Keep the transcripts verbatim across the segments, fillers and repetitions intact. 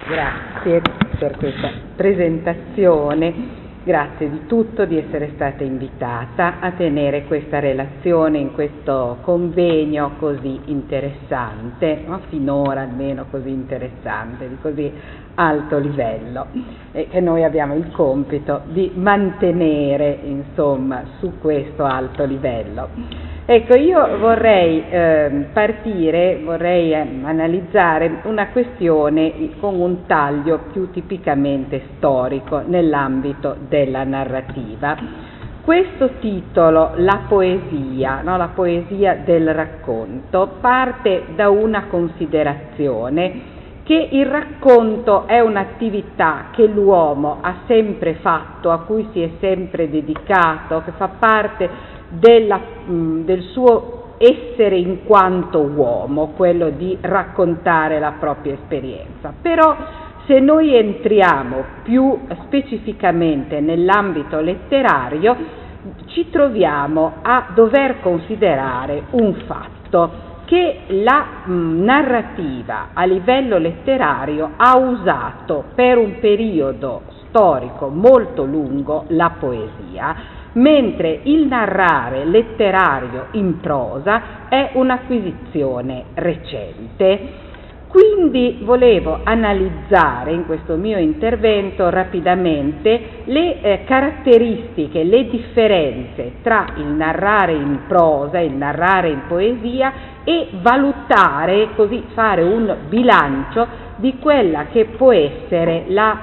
Grazie per questa presentazione, grazie di tutto di essere stata invitata a tenere questa relazione in questo convegno così interessante, no? Finora almeno così interessante, di così alto livello, e che noi abbiamo il compito di mantenere, insomma, su questo alto livello. Ecco, io vorrei eh, partire, vorrei eh, analizzare una questione con un taglio più tipicamente storico nell'ambito della narrativa. Questo titolo, La poesia, no? La poesia del racconto, parte da una considerazione che il racconto è un'attività che l'uomo ha sempre fatto, a cui si è sempre dedicato, che fa parte Della, mh, del suo essere in quanto uomo, quello di raccontare la propria esperienza. Però se noi entriamo più specificamente nell'ambito letterario, ci troviamo a dover considerare un fatto, che la mh, narrativa a livello letterario ha usato per un periodo storico molto lungo la poesia, mentre il narrare letterario in prosa è un'acquisizione recente. Quindi volevo analizzare in questo mio intervento rapidamente le eh, caratteristiche, le differenze tra il narrare in prosa e il narrare in poesia e valutare, così fare un bilancio di quella che può essere la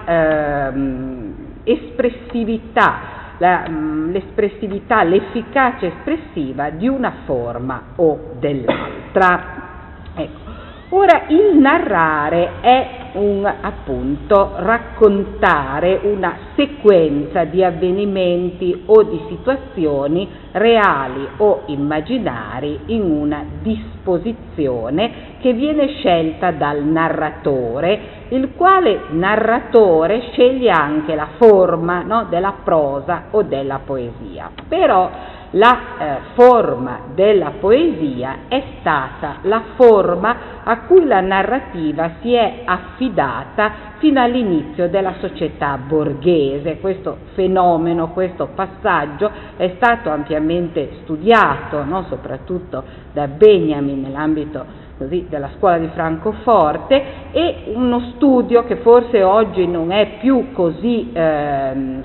ehm, espressività, La, l'espressività, l'efficacia espressiva di una forma o dell'altra. Ecco. Ora, il narrare è un, appunto, raccontare una sequenza di avvenimenti o di situazioni reali o immaginari in una disposizione che viene scelta dal narratore, il quale narratore sceglie anche la forma, no, della prosa o della poesia. Però la eh, forma della poesia è stata la forma a cui la narrativa si è affidata fino all'inizio della società borghese. Questo fenomeno, questo passaggio è stato ampiamente studiato, no? Soprattutto da Benjamin nell'ambito così della scuola di Francoforte, e uno studio che forse oggi non è più così ehm,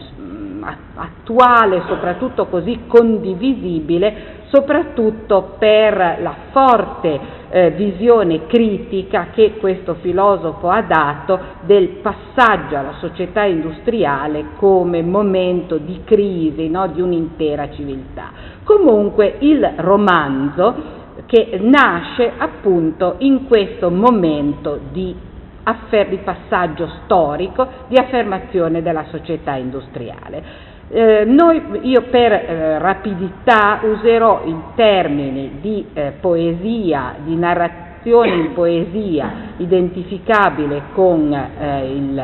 attuale, soprattutto così condivisibile, soprattutto per la forte eh, visione critica che questo filosofo ha dato del passaggio alla società industriale come momento di crisi, no, di un'intera civiltà. Comunque il romanzo, che nasce appunto in questo momento di, affer- di passaggio storico, di affermazione della società industriale. Eh, noi, io per eh, rapidità userò i termini di eh, poesia, di narrazione in poesia identificabile con eh, il,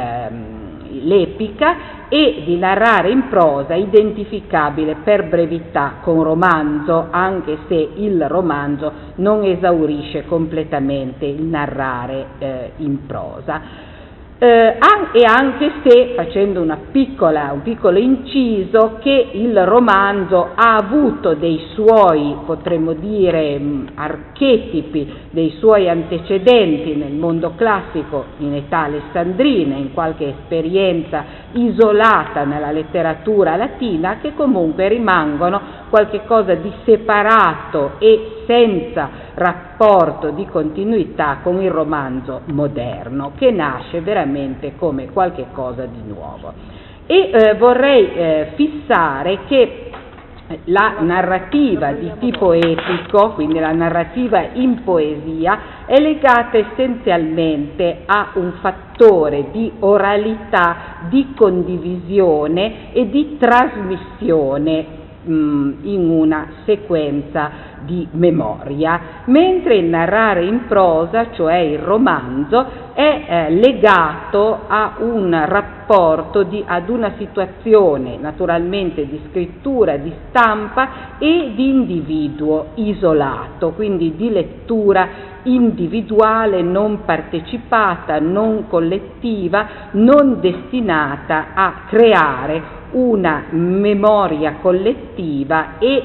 l'epica, e di narrare in prosa identificabile per brevità con romanzo, anche se il romanzo non esaurisce completamente il narrare eh, in prosa. Eh, e anche se, facendo una piccola, un piccolo inciso, che il romanzo ha avuto dei suoi, potremmo dire, mh, archetipi, dei suoi antecedenti nel mondo classico in età alessandrina, in qualche esperienza isolata nella letteratura latina, che comunque rimangono qualche cosa di separato e senza rapporto di continuità con il romanzo moderno, che nasce veramente come qualche cosa di nuovo. E eh, vorrei eh, fissare che la narrativa di tipo epico, quindi la narrativa in poesia, è legata essenzialmente a un fattore di oralità, di condivisione e di trasmissione mh, in una sequenza di memoria, mentre il narrare in prosa, cioè il romanzo, è eh, legato a un rapporto, di, ad una situazione naturalmente di scrittura, di stampa e di individuo isolato, quindi di lettura individuale, non partecipata, non collettiva, non destinata a creare una memoria collettiva e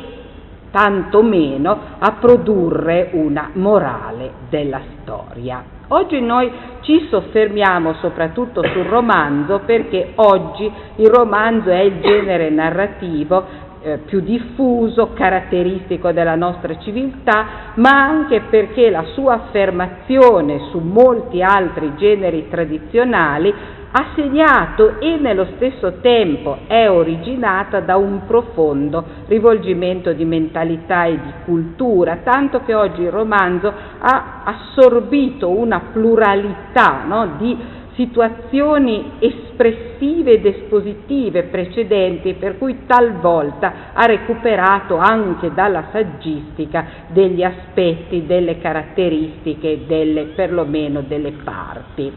tantomeno a produrre una morale della storia. Oggi noi ci soffermiamo soprattutto sul romanzo perché oggi il romanzo è il genere narrativo eh, più diffuso, caratteristico della nostra civiltà, ma anche perché la sua affermazione su molti altri generi tradizionali ha segnato e nello stesso tempo è originata da un profondo rivolgimento di mentalità e di cultura, tanto che oggi il romanzo ha assorbito una pluralità, no, di situazioni espressive ed espositive precedenti, per cui talvolta ha recuperato anche dalla saggistica degli aspetti, delle caratteristiche, delle, perlomeno delle parti.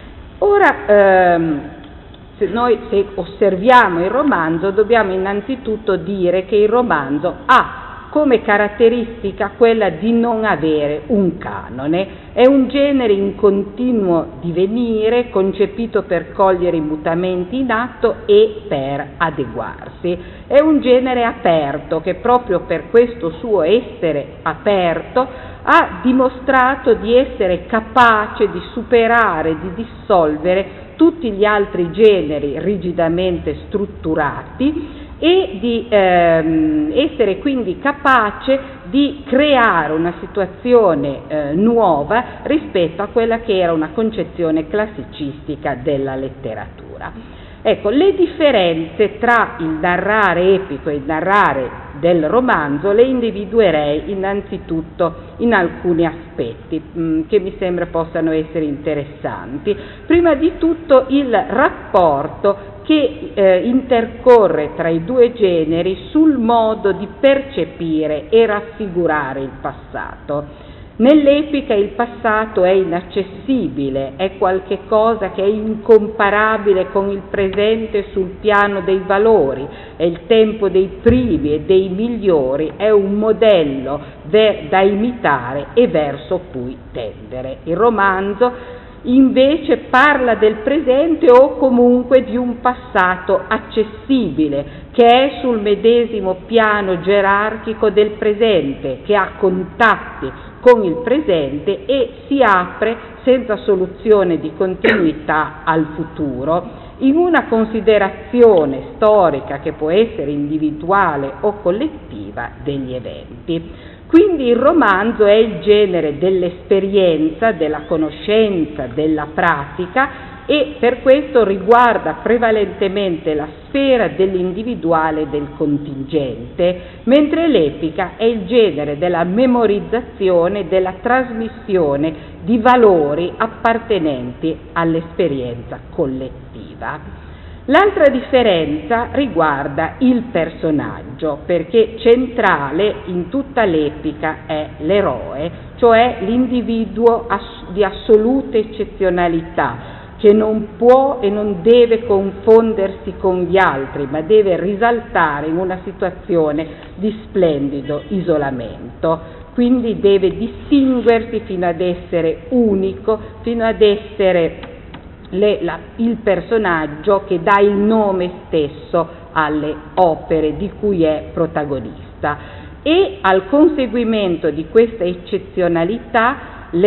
Ora, ehm, se noi se osserviamo il romanzo dobbiamo innanzitutto dire che il romanzo ha come caratteristica quella di non avere un canone, è un genere in continuo divenire, concepito per cogliere i mutamenti in atto e per adeguarsi. È un genere aperto che proprio per questo suo essere aperto ha dimostrato di essere capace di superare, di dissolvere tutti gli altri generi rigidamente strutturati e di ehm, essere quindi capace di creare una situazione eh, nuova rispetto a quella che era una concezione classicistica della letteratura. Ecco, le differenze tra il narrare epico e il narrare del romanzo le individuerei innanzitutto in alcuni aspetti mh, che mi sembra possano essere interessanti. Prima di tutto il rapporto che eh, intercorre tra i due generi sul modo di percepire e raffigurare il passato. Nell'epica il passato è inaccessibile, è qualche cosa che è incomparabile con il presente sul piano dei valori, è il tempo dei primi e dei migliori, è un modello da imitare e verso cui tendere. Il romanzo invece parla del presente o comunque di un passato accessibile, che è sul medesimo piano gerarchico del presente, che ha contatti con il presente e si apre senza soluzione di continuità al futuro, in una considerazione storica che può essere individuale o collettiva degli eventi. Quindi il romanzo è il genere dell'esperienza, della conoscenza, della pratica e per questo riguarda prevalentemente la sfera dell'individuale e del contingente, mentre l'epica è il genere della memorizzazione e della trasmissione di valori appartenenti all'esperienza collettiva. L'altra differenza riguarda il personaggio, perché centrale in tutta l'epica è l'eroe, cioè l'individuo di assoluta eccezionalità, che non può e non deve confondersi con gli altri, ma deve risaltare in una situazione di splendido isolamento. Quindi deve distinguersi fino ad essere unico, fino ad essere Le, la, il personaggio che dà il nome stesso alle opere di cui è protagonista, e al conseguimento di questa eccezionalità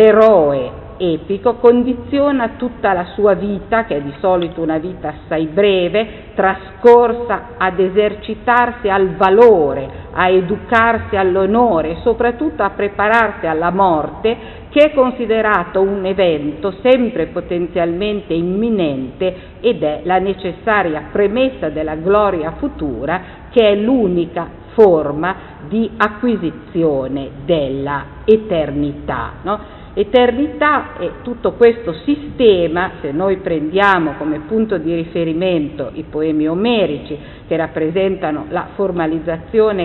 l'eroe epico condiziona tutta la sua vita, che è di solito una vita assai breve, trascorsa ad esercitarsi al valore, a educarsi all'onore e soprattutto a prepararsi alla morte, che è considerato un evento sempre potenzialmente imminente ed è la necessaria premessa della gloria futura, che è l'unica forma di acquisizione della eternità, no? Eternità e tutto questo sistema, se noi prendiamo come punto di riferimento i poemi omerici, che rappresentano la formalizzazione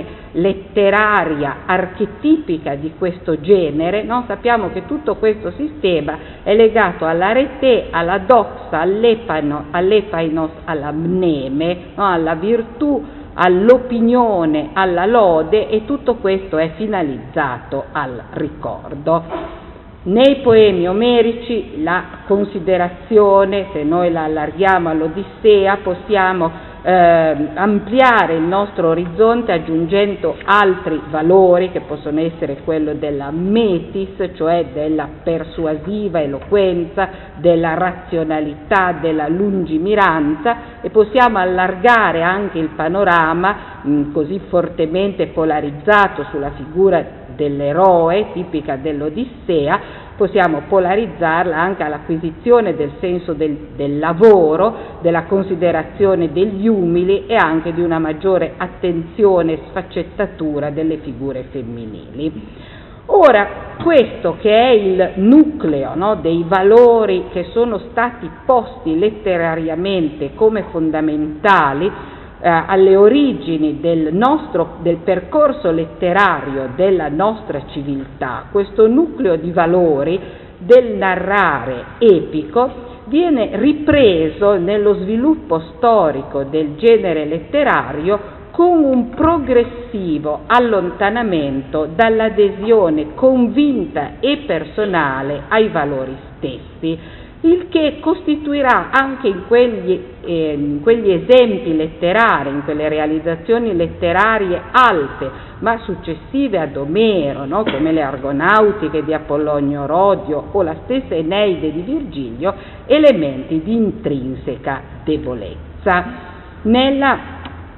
letteraria archetipica di questo genere, no? Sappiamo che tutto questo sistema è legato all'arete, alla doxa, all'epano, all'epainos, alla mneme, no? Alla virtù, all'opinione, alla lode, e tutto questo è finalizzato al ricordo. Nei poemi omerici la considerazione, se noi la allarghiamo all'Odissea, possiamo eh, ampliare il nostro orizzonte aggiungendo altri valori che possono essere quello della metis, cioè della persuasiva eloquenza, della razionalità, della lungimiranza, e possiamo allargare anche il panorama mh, così fortemente polarizzato sulla figura dell'eroe, tipica dell'Odissea, possiamo polarizzarla anche all'acquisizione del senso del, del lavoro, della considerazione degli umili e anche di una maggiore attenzione e sfaccettatura delle figure femminili. Ora, questo che è il nucleo, no, dei valori che sono stati posti letterariamente come fondamentali Eh, alle origini del nostro del percorso letterario della nostra civiltà, questo nucleo di valori del narrare epico viene ripreso nello sviluppo storico del genere letterario con un progressivo allontanamento dall'adesione convinta e personale ai valori stessi, il che costituirà anche in quegli, eh, in quegli esempi letterari, in quelle realizzazioni letterarie alte, ma successive ad Omero, no? Come le Argonautiche di Apollonio Rodio o la stessa Eneide di Virgilio, elementi di intrinseca debolezza nella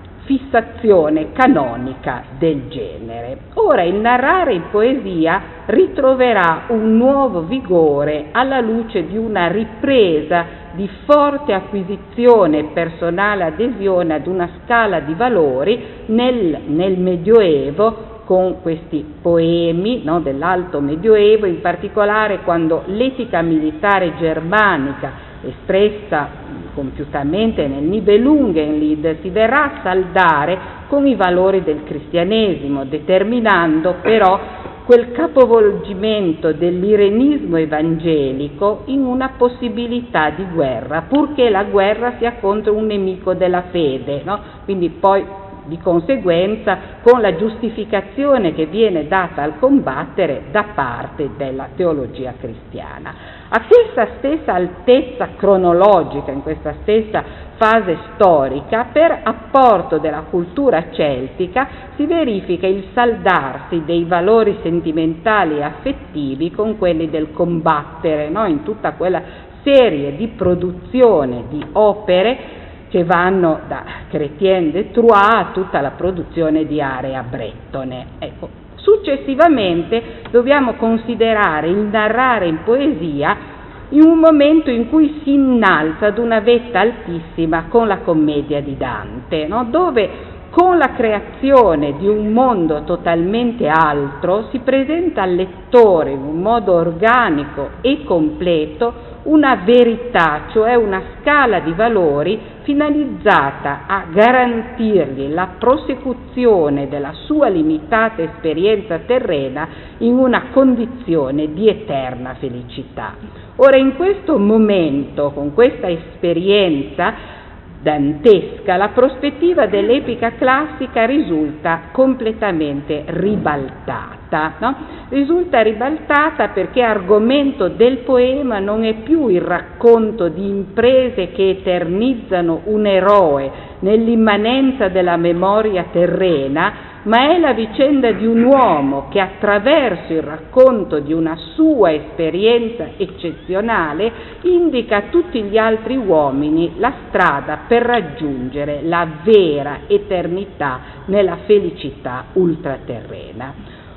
fissazione canonica del genere. Ora il narrare in poesia ritroverà un nuovo vigore alla luce di una ripresa di forte acquisizione e personale adesione ad una scala di valori nel, nel Medioevo, con questi poemi, no, dell'Alto Medioevo, in particolare quando l'etica militare germanica espressa compiutamente nel Nibelungenlied si verrà a saldare con i valori del cristianesimo, determinando però quel capovolgimento dell'irenismo evangelico in una possibilità di guerra, purché la guerra sia contro un nemico della fede, no? Quindi poi di conseguenza con la giustificazione che viene data al combattere da parte della teologia cristiana. A questa stessa altezza cronologica, in questa stessa fase storica, per apporto della cultura celtica si verifica il saldarsi dei valori sentimentali e affettivi con quelli del combattere, no? In tutta quella serie di produzione di opere che vanno da Chrétien de Troyes a tutta la produzione di Area Brettone. Ecco, successivamente dobbiamo considerare il narrare in poesia in un momento in cui si innalza ad una vetta altissima con la commedia di Dante, no? Dove con la creazione di un mondo totalmente altro si presenta al lettore in un modo organico e completo una verità, cioè una scala di valori finalizzata a garantirgli la prosecuzione della sua limitata esperienza terrena in una condizione di eterna felicità. Ora, in questo momento, con questa esperienza dantesca, la prospettiva dell'epica classica risulta completamente ribaltata, no? Risulta ribaltata perché argomento del poema non è più il racconto di imprese che eternizzano un eroe nell'immanenza della memoria terrena, ma è la vicenda di un uomo che attraverso il racconto di una sua esperienza eccezionale indica a tutti gli altri uomini la strada per raggiungere la vera eternità nella felicità ultraterrena.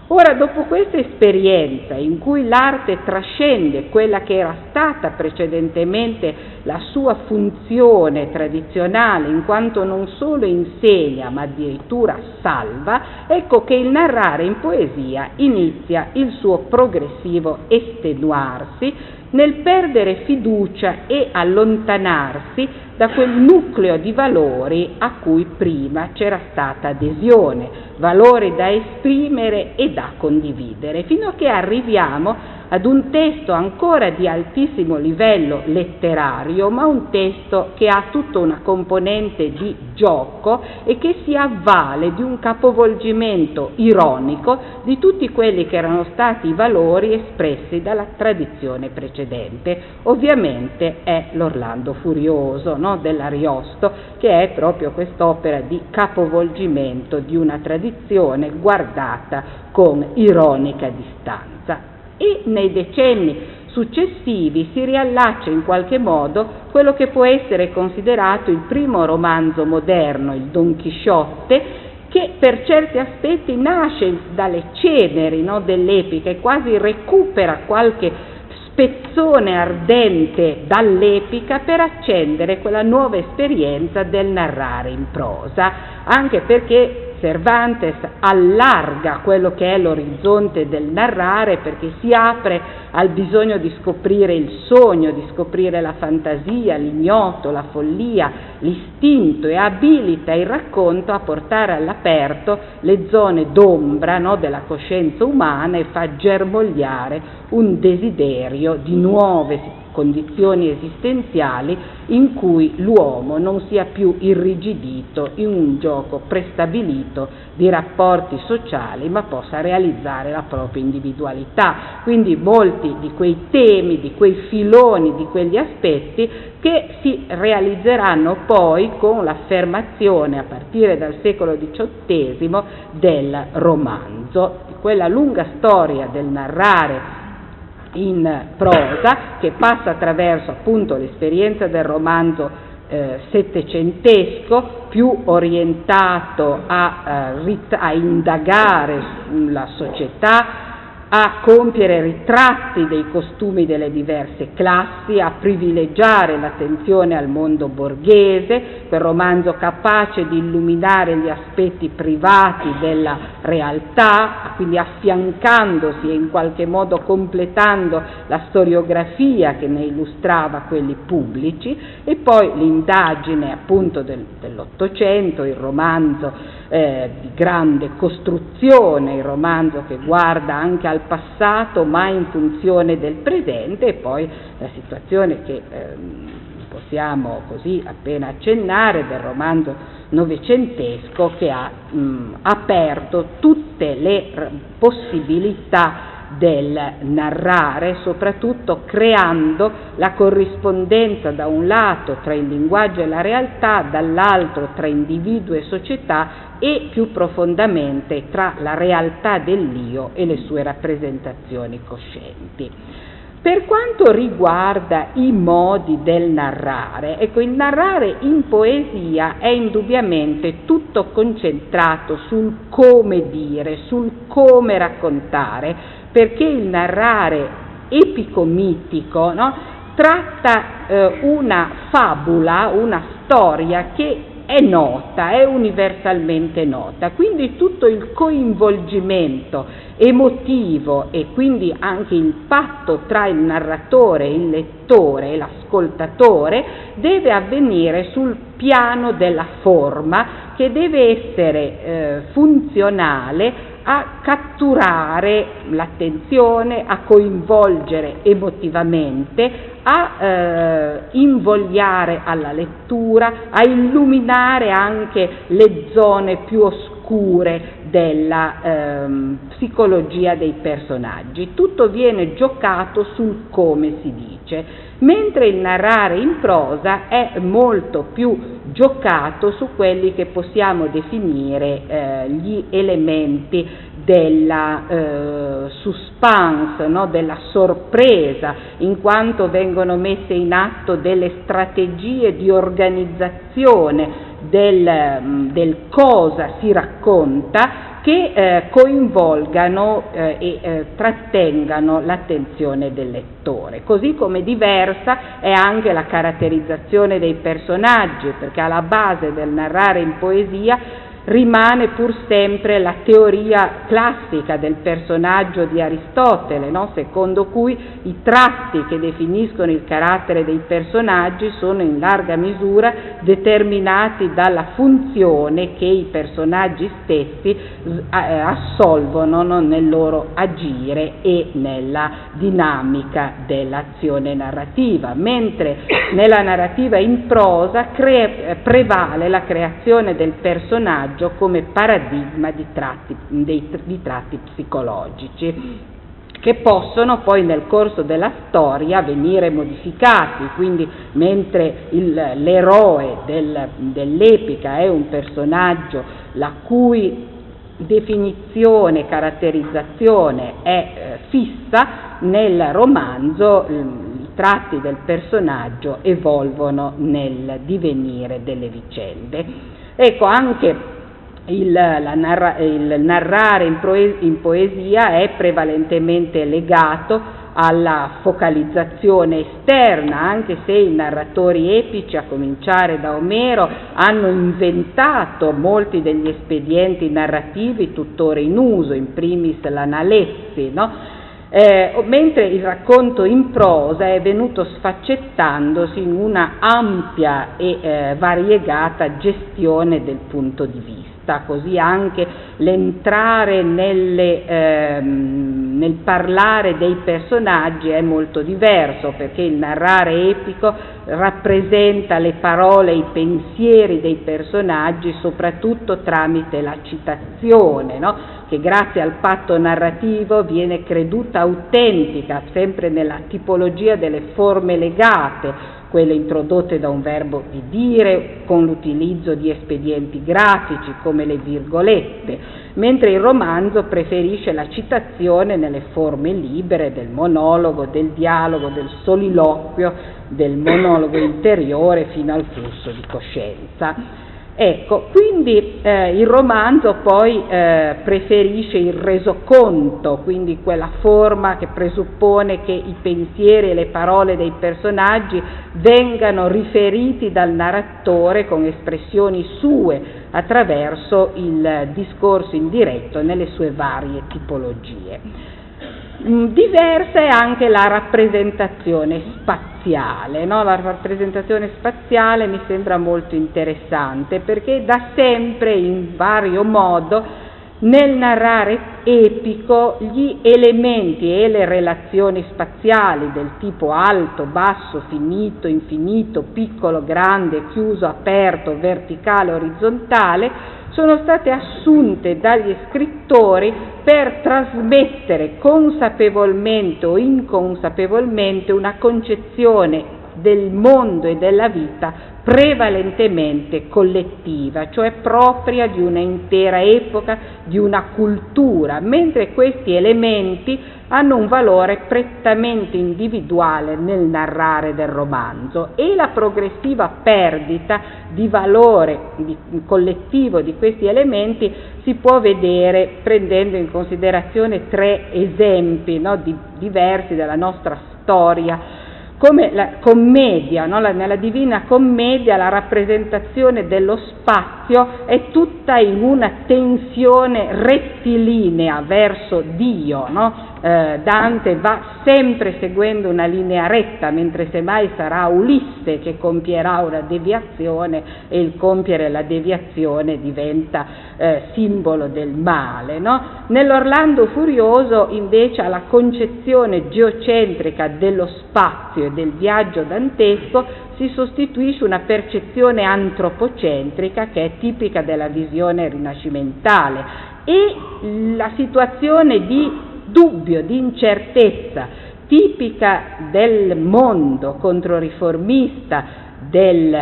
Ora, dopo questa esperienza in cui l'arte trascende quella che era stata precedentemente la sua funzione tradizionale, in quanto non solo insegna ma addirittura salva, ecco che il narrare in poesia inizia il suo progressivo estenuarsi nel perdere fiducia e allontanarsi da quel nucleo di valori a cui prima c'era stata adesione, valori da esprimere e da condividere, fino a che arriviamo ad un testo ancora di altissimo livello letterario, ma un testo che ha tutta una componente di gioco e che si avvale di un capovolgimento ironico di tutti quelli che erano stati i valori espressi dalla tradizione precedente. Ovviamente è l'Orlando Furioso, no, dell'Ariosto, che è proprio quest'opera di capovolgimento di una tradizione guardata con ironica distanza. E nei decenni successivi si riallaccia in qualche modo quello che può essere considerato il primo romanzo moderno, il Don Chisciotte, che per certi aspetti nasce dalle ceneri, no, dell'epica e quasi recupera qualche spezzone ardente dall'epica per accendere quella nuova esperienza del narrare in prosa, anche perché Cervantes allarga quello che è l'orizzonte del narrare, perché si apre al bisogno di scoprire il sogno, di scoprire la fantasia, l'ignoto, la follia, l'istinto, e abilita il racconto a portare all'aperto le zone d'ombra, no, della coscienza umana e fa germogliare un desiderio di nuove condizioni esistenziali in cui l'uomo non sia più irrigidito in un gioco prestabilito di rapporti sociali, ma possa realizzare la propria individualità. Quindi molti di quei temi, di quei filoni, di quegli aspetti che si realizzeranno poi con l'affermazione a partire dal secolo diciottesimo del romanzo, di quella lunga storia del narrare in prosa che passa attraverso appunto l'esperienza del romanzo eh, settecentesco, più orientato a, eh, rit- a indagare sulla società, a compiere ritratti dei costumi delle diverse classi, a privilegiare l'attenzione al mondo borghese, quel romanzo capace di illuminare gli aspetti privati della realtà, quindi affiancandosi e in qualche modo completando la storiografia che ne illustrava quelli pubblici, e poi l'indagine appunto del, dell'Ottocento, il romanzo Eh, di grande costruzione, il romanzo che guarda anche al passato ma in funzione del presente, e poi la situazione che ehm, possiamo così appena accennare del romanzo novecentesco che ha mh, aperto tutte le r- possibilità del narrare, soprattutto creando la corrispondenza da un lato tra il linguaggio e la realtà, dall'altro tra individuo e società, e più profondamente tra la realtà dell'io e le sue rappresentazioni coscienti. Per quanto riguarda i modi del narrare, ecco, il narrare in poesia è indubbiamente tutto concentrato sul come dire, sul come raccontare, perché il narrare epico-mitico, no, tratta eh, una fabula, una storia che è nota, è universalmente nota, quindi tutto il coinvolgimento emotivo e quindi anche il patto tra il narratore, il lettore e l'ascoltatore deve avvenire sul piano della forma, che deve essere eh, funzionale a catturare l'attenzione, a coinvolgere emotivamente, a eh, invogliare alla lettura, a illuminare anche le zone più oscure della ehm, psicologia dei personaggi. Tutto viene giocato sul come si dice, mentre il narrare in prosa è molto più giocato su quelli che possiamo definire eh, gli elementi della eh, suspense, no? Della sorpresa, in quanto vengono messe in atto delle strategie di organizzazione del, del cosa si racconta, che eh, coinvolgano eh, e eh, trattengano l'attenzione del lettore. Così come diversa è anche la caratterizzazione dei personaggi, perché alla base del narrare in poesia rimane pur sempre la teoria classica del personaggio di Aristotele, no? Secondo cui i tratti che definiscono il carattere dei personaggi sono in larga misura determinati dalla funzione che i personaggi stessi assolvono, no? Nel loro agire e nella dinamica dell'azione narrativa, mentre nella narrativa in prosa cre- prevale la creazione del personaggio come paradigma di tratti, dei, di tratti psicologici, che possono poi nel corso della storia venire modificati. Quindi mentre il, l'eroe del, dell'epica è un personaggio la cui definizione, caratterizzazione è eh, fissa, nel romanzo i tratti del personaggio evolvono nel divenire delle vicende. Ecco, anche Il, la narra, il narrare in, proe, in poesia è prevalentemente legato alla focalizzazione esterna, anche se i narratori epici, a cominciare da Omero, hanno inventato molti degli espedienti narrativi tuttora in uso, in primis l'analessi, no? Eh, mentre il racconto in prosa è venuto sfaccettandosi in una ampia e eh, variegata gestione del punto di vista. Così anche l'entrare nelle, ehm, nel parlare dei personaggi è molto diverso, perché il narrare epico rappresenta le parole e i pensieri dei personaggi soprattutto tramite la citazione, no? Che grazie al patto narrativo viene creduta autentica, sempre nella tipologia delle forme legate, quelle introdotte da un verbo di dire, con l'utilizzo di espedienti grafici come le virgolette, mentre il romanzo preferisce la citazione nelle forme libere del monologo, del dialogo, del soliloquio, del monologo interiore fino al flusso di coscienza. Ecco, quindi eh, il romanzo poi eh, preferisce il resoconto, quindi quella forma che presuppone che i pensieri e le parole dei personaggi vengano riferiti dal narratore con espressioni sue attraverso il discorso indiretto nelle sue varie tipologie. Diversa è anche la rappresentazione spaziale, no? La rappresentazione spaziale mi sembra molto interessante, perché da sempre in vario modo nel narrare epico gli elementi e le relazioni spaziali del tipo alto, basso, finito, infinito, piccolo, grande, chiuso, aperto, verticale, orizzontale sono state assunte dagli scrittori per trasmettere consapevolmente o inconsapevolmente una concezione del mondo e della vita prevalentemente collettiva, cioè propria di una intera epoca, di una cultura, mentre questi elementi hanno un valore prettamente individuale nel narrare del romanzo, e la progressiva perdita di valore di, collettivo di questi elementi si può vedere prendendo in considerazione tre esempi, no, di, diversi della nostra storia. Come la commedia, no? la, nella Divina Commedia la rappresentazione dello spazio è tutta in una tensione rettilinea verso Dio, no? eh, Dante va sempre seguendo una linea retta, mentre semmai sarà Ulisse che compierà una deviazione, e il compiere la deviazione diventa eh, simbolo del male, no? Nell'Orlando Furioso invece alla concezione geocentrica dello spazio del viaggio dantesco si sostituisce una percezione antropocentrica che è tipica della visione rinascimentale, e la situazione di dubbio, di incertezza tipica del mondo controriformista del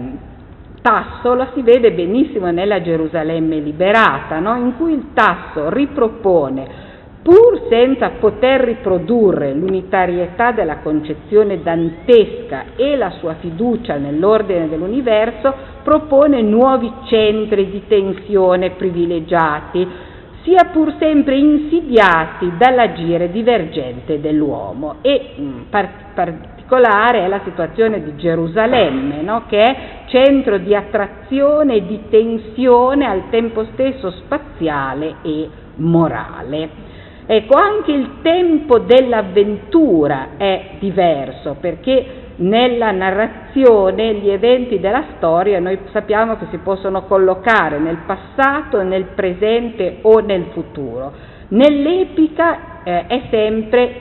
Tasso la si vede benissimo nella Gerusalemme liberata, no? In cui il Tasso ripropone, pur senza poter riprodurre l'unitarietà della concezione dantesca e la sua fiducia nell'ordine dell'universo, propone nuovi centri di tensione privilegiati, sia pur sempre insidiati dall'agire divergente dell'uomo. E in particolare è la situazione di Gerusalemme, no? Che è centro di attrazione e di tensione al tempo stesso spaziale e morale. Ecco, anche il tempo dell'avventura è diverso, perché nella narrazione gli eventi della storia noi sappiamo che si possono collocare nel passato, nel presente o nel futuro. Nell'epica eh, è sempre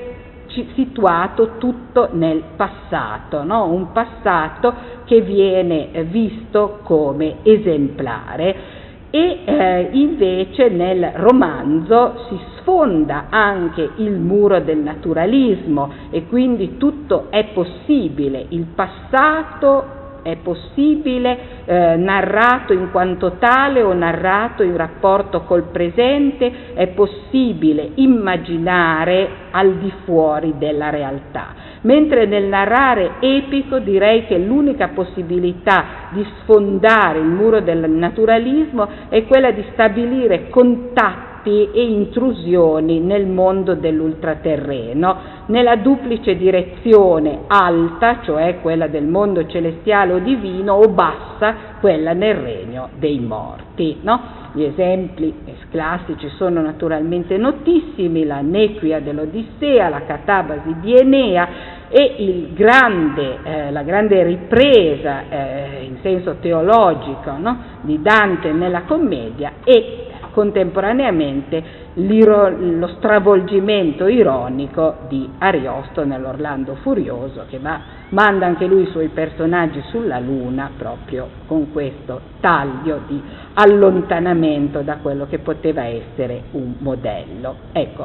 situato tutto nel passato, no? Un passato che viene visto come esemplare. E eh, invece nel romanzo si sfonda anche il muro del naturalismo e quindi tutto è possibile, il passato è possibile eh, narrato in quanto tale o narrato in rapporto col presente, è possibile immaginare al di fuori della realtà. Mentre nel narrare epico direi che l'unica possibilità di sfondare il muro del naturalismo è quella di stabilire contatti e intrusioni nel mondo dell'ultraterreno, nella duplice direzione alta, cioè quella del mondo celestiale o divino, o bassa, quella nel regno dei morti, no? Gli esempi classici sono naturalmente notissimi: la Nequia dell'Odissea, la Catabasi di Enea e il grande, eh, la grande ripresa eh, in senso teologico, no? Di Dante nella Commedia, e contemporaneamente lo stravolgimento ironico di Ariosto nell'Orlando Furioso, che va, manda anche lui i suoi personaggi sulla luna proprio con questo taglio di allontanamento da quello che poteva essere un modello. Ecco,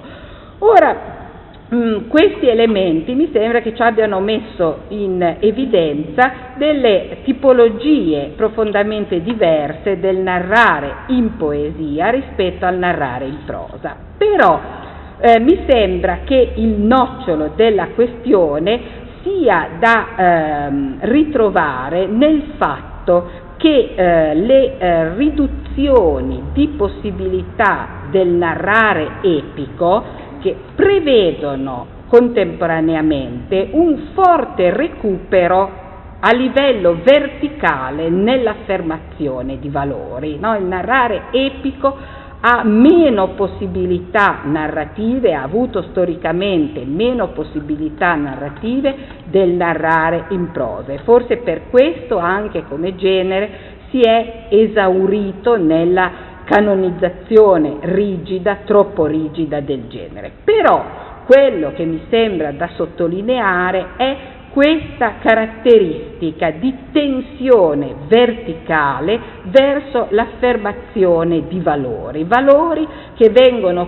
ora mh, questi elementi mi sembra che ci abbiano messo in evidenza delle tipologie profondamente diverse del narrare in poesia rispetto al narrare in prosa. Però eh, mi sembra che il nocciolo della questione sia da ehm, ritrovare nel fatto che eh, le eh, riduzioni di possibilità del narrare epico, che prevedono contemporaneamente un forte recupero a livello verticale nell'affermazione di valori, no? Il narrare epico ha meno possibilità narrative, ha avuto storicamente meno possibilità narrative del narrare in prosa, e forse per questo anche come genere si è esaurito nella canonizzazione rigida, troppo rigida del genere. Però quello che mi sembra da sottolineare è questa caratteristica di tensione verticale verso l'affermazione di valori, valori che vengono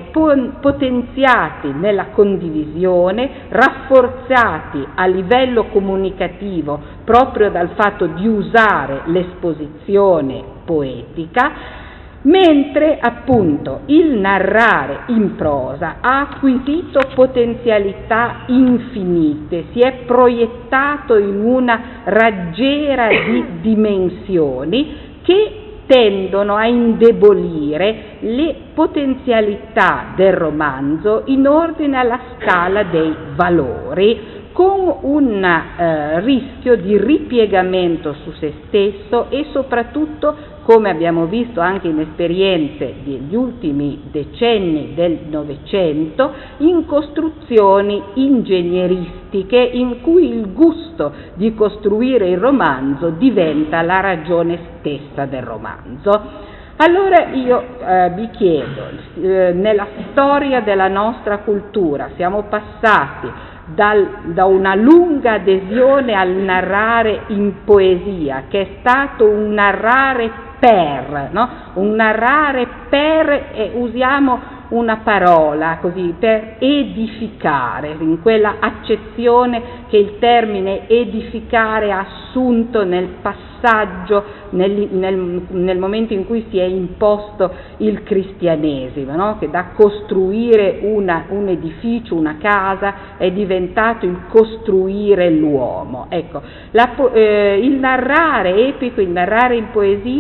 potenziati nella condivisione, rafforzati a livello comunicativo proprio dal fatto di usare l'esposizione poetica, mentre appunto il narrare in prosa ha acquisito potenzialità infinite, si è proiettato in una raggiera di dimensioni che tendono a indebolire le potenzialità del romanzo in ordine alla scala dei valori, con un eh, rischio di ripiegamento su se stesso e soprattutto, come abbiamo visto anche in esperienze degli ultimi decenni del Novecento, in costruzioni ingegneristiche in cui il gusto di costruire il romanzo diventa la ragione stessa del romanzo. Allora io eh, vi chiedo, eh, nella storia della nostra cultura siamo passati Dal, da una lunga adesione al narrare in poesia, che è stato un narrare per, no? Un narrare per, e usiamo una parola così, per edificare, in quella accezione che il termine edificare ha assunto nel passaggio, nel, nel, nel momento in cui si è imposto il cristianesimo, no? Che da costruire una, un edificio, una casa, è diventato il costruire l'uomo. Ecco, la, eh, il narrare epico, il narrare in poesia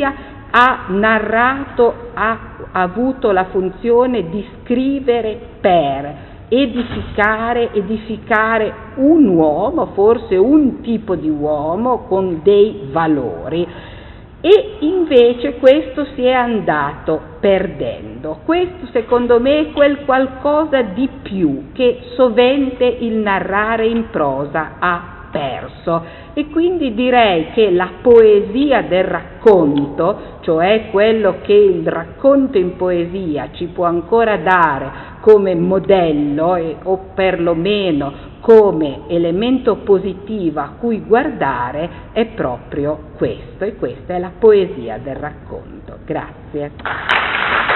ha narrato, ha avuto la funzione di scrivere per edificare, edificare un uomo, forse un tipo di uomo con dei valori. E invece questo si è andato perdendo. Questo secondo me è quel qualcosa di più che sovente il narrare in prosa ha perso, e quindi direi che la poesia del racconto, cioè quello che il racconto in poesia ci può ancora dare come modello e, o perlomeno come elemento positivo a cui guardare, è proprio questo, e questa è la poesia del racconto. Grazie.